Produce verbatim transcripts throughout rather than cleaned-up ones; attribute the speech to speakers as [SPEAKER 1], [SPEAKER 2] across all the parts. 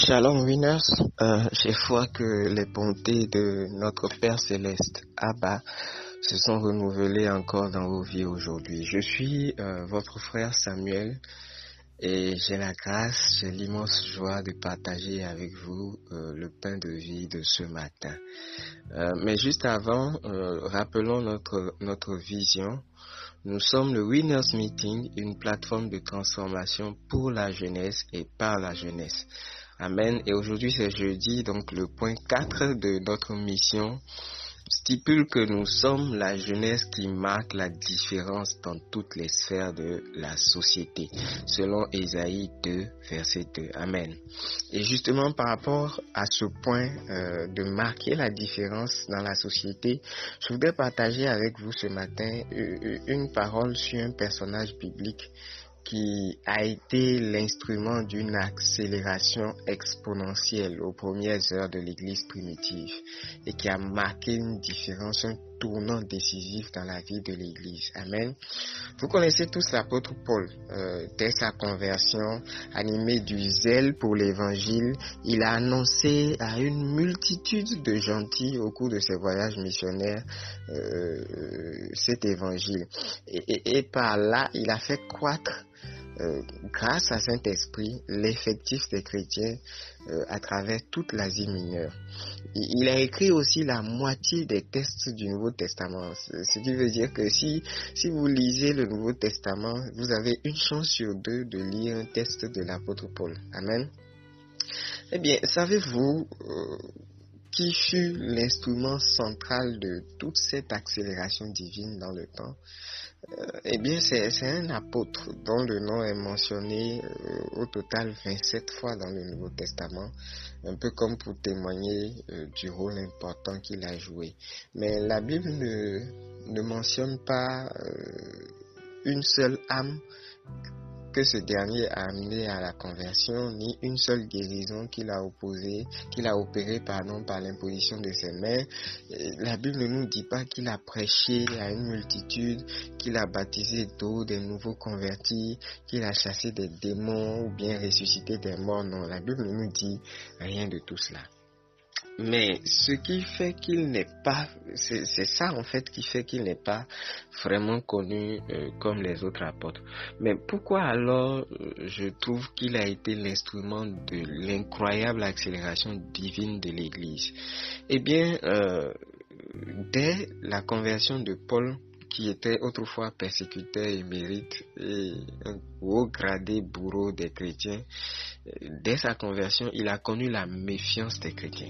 [SPEAKER 1] Shalom Winners, euh, j'ai foi que les bontés de notre Père Céleste, Abba, se sont renouvelées encore dans vos vies aujourd'hui. Je suis euh, votre frère Samuel et j'ai la grâce, j'ai l'immense joie de partager avec vous euh, le pain de vie de ce matin. Euh, mais juste avant, euh, rappelons notre, notre vision. Nous sommes le Winners Meeting, une plateforme de transformation pour la jeunesse et par la jeunesse. Amen. Et aujourd'hui c'est jeudi, donc le point quatre de notre mission stipule que nous sommes la jeunesse qui marque la différence dans toutes les sphères de la société, selon Ésaïe deux, verset deux. Amen. Et justement par rapport à ce point euh, de marquer la différence dans la société, je voudrais partager avec vous ce matin une parole sur un personnage biblique qui a été l'instrument d'une accélération exponentielle aux premières heures de l'Église primitive et qui a marqué une différence, un tournant décisif dans la vie de l'Église. Amen. Vous connaissez tous l'apôtre Paul. Euh, dès sa conversion, animé du zèle pour l'Évangile, il a annoncé à une multitude de gentils au cours de ses voyages missionnaires euh, cet Évangile. Et, et, et par là, il a fait croître Euh, grâce à Saint-Esprit, l'effectif des chrétiens euh, à travers toute l'Asie mineure. Il, il a écrit aussi la moitié des textes du Nouveau Testament, ce qui veut dire que si, si vous lisez le Nouveau Testament, vous avez une chance sur deux de lire un texte de l'apôtre Paul. Amen. Eh bien, savez-vous euh, qui fut l'instrument central de toute cette accélération divine dans le temps? Euh, eh bien, c'est, c'est un apôtre dont le nom est mentionné euh, au total vingt-sept fois dans le Nouveau Testament, un peu comme pour témoigner euh, du rôle important qu'il a joué. Mais la Bible ne, ne mentionne pas euh, une seule âme que ce dernier a amené à la conversion, ni une seule guérison qu'il a opposée, qu'il a opérée pardon, par l'imposition de ses mains. La Bible ne nous dit pas qu'il a prêché à une multitude, qu'il a baptisé d'eau des nouveaux convertis, qu'il a chassé des démons ou bien ressuscité des morts. Non, la Bible ne nous dit rien de tout cela. Mais ce qui fait qu'il n'est pas, c'est, c'est ça en fait qui fait qu'il n'est pas vraiment connu euh, comme les autres apôtres. Mais pourquoi alors euh, je trouve qu'il a été l'instrument de l'incroyable accélération divine de l'Église? Eh bien, euh, dès la conversion de Paul, qui était autrefois persécuteur émérite et un haut gradé bourreau des chrétiens, dès sa conversion, il a connu la méfiance des chrétiens.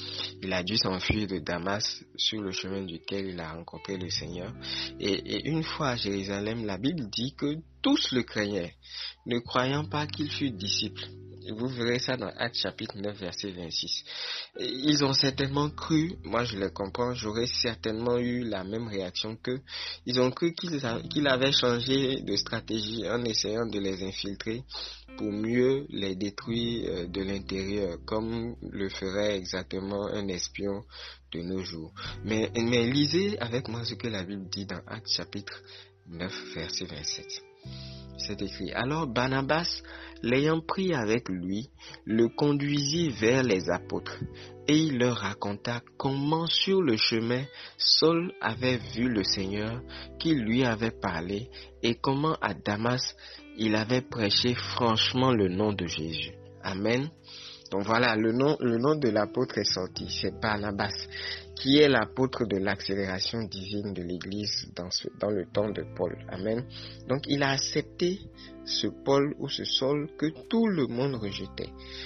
[SPEAKER 1] Il a dû s'enfuir de Damas sur le chemin duquel il a rencontré le Seigneur. Et, et une fois à Jérusalem, la Bible dit que tous le craignaient, ne croyant pas qu'il fût disciple. Vous verrez ça dans Actes chapitre neuf, verset vingt-six. Et ils ont certainement cru, moi je les comprends, j'aurais certainement eu la même réaction qu'eux. Ils ont cru qu'il, a, qu'il avait changé de stratégie en essayant de les infiltrer pour mieux les détruire de l'intérieur, comme le ferait exactement un espion de nos jours. Mais, mais lisez avec moi ce que la Bible dit dans Actes chapitre neuf, verset vingt-sept. C'est écrit: alors Barnabas, l'ayant pris avec lui, le conduisit vers les apôtres, et il leur raconta comment sur le chemin Saul avait vu le Seigneur, qui lui avait parlé, et comment à Damas il avait prêché franchement le nom de Jésus. Amen. Donc voilà, le nom, le nom de l'apôtre est sorti, c'est Barnabas, qui est l'apôtre de l'accélération divine de l'Église dans, ce, dans le temps de Paul. Amen. Donc il a accepté ce Paul ou ce Saul que tout le monde rejetait.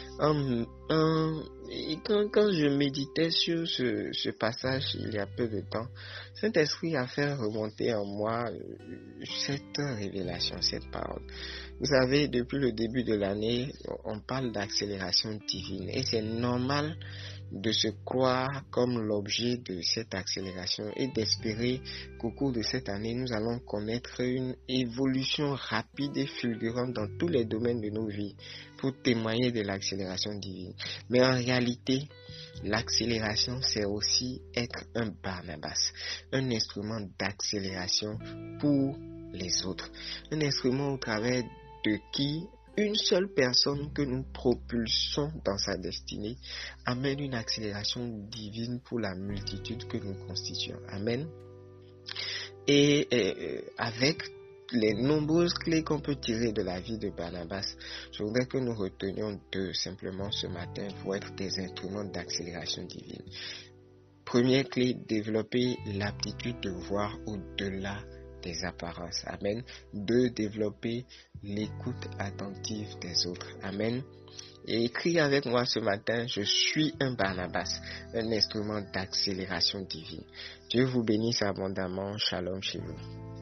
[SPEAKER 1] En, en, et quand, quand je méditais sur ce, ce passage il y a peu de temps, Saint-Esprit a fait remonter en moi cette révélation, cette parole. Vous savez, depuis le début de l'année, on parle d'accélération divine et c'est normal de se croire comme l'objet de cette accélération et d'espérer qu'au cours de cette année, nous allons connaître une évolution rapide et fulgurante dans tous les domaines de nos vies pour témoigner de l'accélération divine. Mais en réalité, l'accélération, c'est aussi être un Barnabas, un instrument d'accélération pour les autres, un instrument au travers de qui une seule personne que nous propulsons dans sa destinée amène une accélération divine pour la multitude que nous constituons. Amen. Et, et avec les nombreuses clés qu'on peut tirer de la vie de Barnabas, je voudrais que nous retenions deux simplement ce matin pour être des instruments d'accélération divine. Première clé, développer l'aptitude de voir au-delà des apparences. Amen. Deux, développer l'écoute attentive des autres. Amen. Et écris avec moi ce matin, je suis un Barnabas, un instrument d'accélération divine. Dieu vous bénisse abondamment. Shalom chez vous.